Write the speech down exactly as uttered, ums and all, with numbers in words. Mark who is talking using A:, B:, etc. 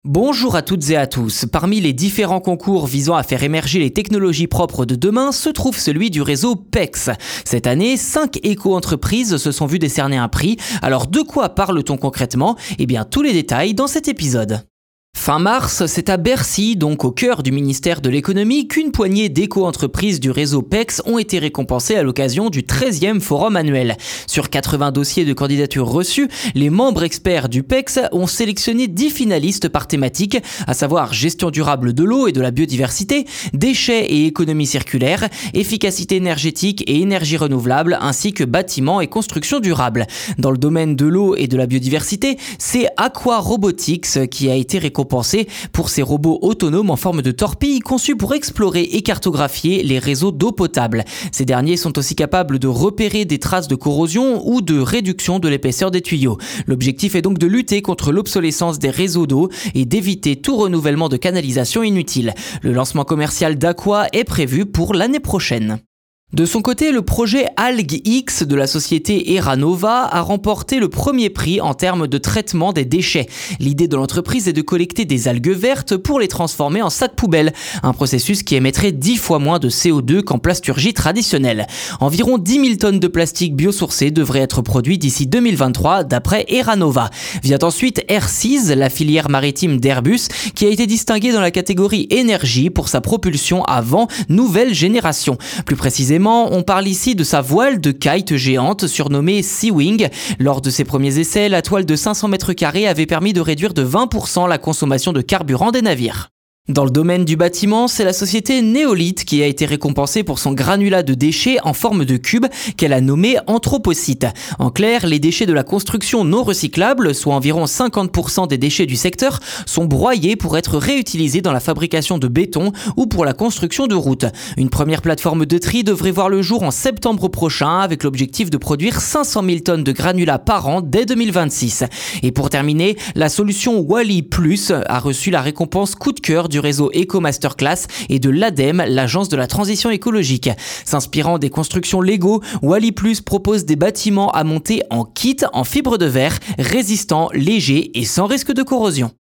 A: Bonjour à toutes et à tous. Parmi les différents concours visant à faire émerger les technologies propres de demain se trouve celui du réseau P E X. Cette année, cinq éco-entreprises se sont vues décerner un prix. Alors de quoi parle-t-on concrètement ? Eh bien tous les détails dans cet épisode. Fin mars, c'est à Bercy, donc au cœur du ministère de l'économie, qu'une poignée d'éco-entreprises du réseau P E X ont été récompensées à l'occasion du treizième forum annuel. Sur quatre-vingts dossiers de candidatures reçus, les membres experts du P E X ont sélectionné dix finalistes par thématique, à savoir gestion durable de l'eau et de la biodiversité, déchets et économie circulaire, efficacité énergétique et énergie renouvelable, ainsi que bâtiments et construction durable. Dans le domaine de l'eau et de la biodiversité, c'est Aqua Robotics qui a été récompensé pour ces robots autonomes en forme de torpille conçus pour explorer et cartographier les réseaux d'eau potable. Ces derniers sont aussi capables de repérer des traces de corrosion ou de réduction de l'épaisseur des tuyaux. L'objectif est donc de lutter contre l'obsolescence des réseaux d'eau et d'éviter tout renouvellement de canalisation inutile. Le lancement commercial d'Aqua est prévu pour l'année prochaine. De son côté, le projet AlgueX de la société Eranova a remporté le premier prix en termes de traitement des déchets. L'idée de l'entreprise est de collecter des algues vertes pour les transformer en sacs poubelles, un processus qui émettrait dix fois moins de C O deux qu'en plasturgie traditionnelle. Environ dix mille tonnes de plastique biosourcé devraient être produits d'ici deux mille vingt-trois d'après Eranova. Vient ensuite Airseas, la filière maritime d'Airbus, qui a été distinguée dans la catégorie énergie pour sa propulsion à vent nouvelle génération. Plus précisément, on parle ici de sa voile de kite géante surnommée Seawing. Lors de ses premiers essais, la toile de cinq cents mètres carrés avait permis de réduire de vingt pour cent la consommation de carburant des navires. Dans le domaine du bâtiment, c'est la société Neolith qui a été récompensée pour son granulat de déchets en forme de cube qu'elle a nommé Anthropocyte. En clair, les déchets de la construction non recyclables, soit environ cinquante pour cent des déchets du secteur, sont broyés pour être réutilisés dans la fabrication de béton ou pour la construction de routes. Une première plateforme de tri devrait voir le jour en septembre prochain avec l'objectif de produire cinq cent mille tonnes de granulats par an dès deux mille vingt-six. Et pour terminer, la solution Wally Plus a reçu la récompense coup de cœur du réseau Eco Masterclass et de l'ADEME, l'agence de la transition écologique. S'inspirant des constructions Lego, Wally Plus propose des bâtiments à monter en kit en fibre de verre, résistants, légers et sans risque de corrosion.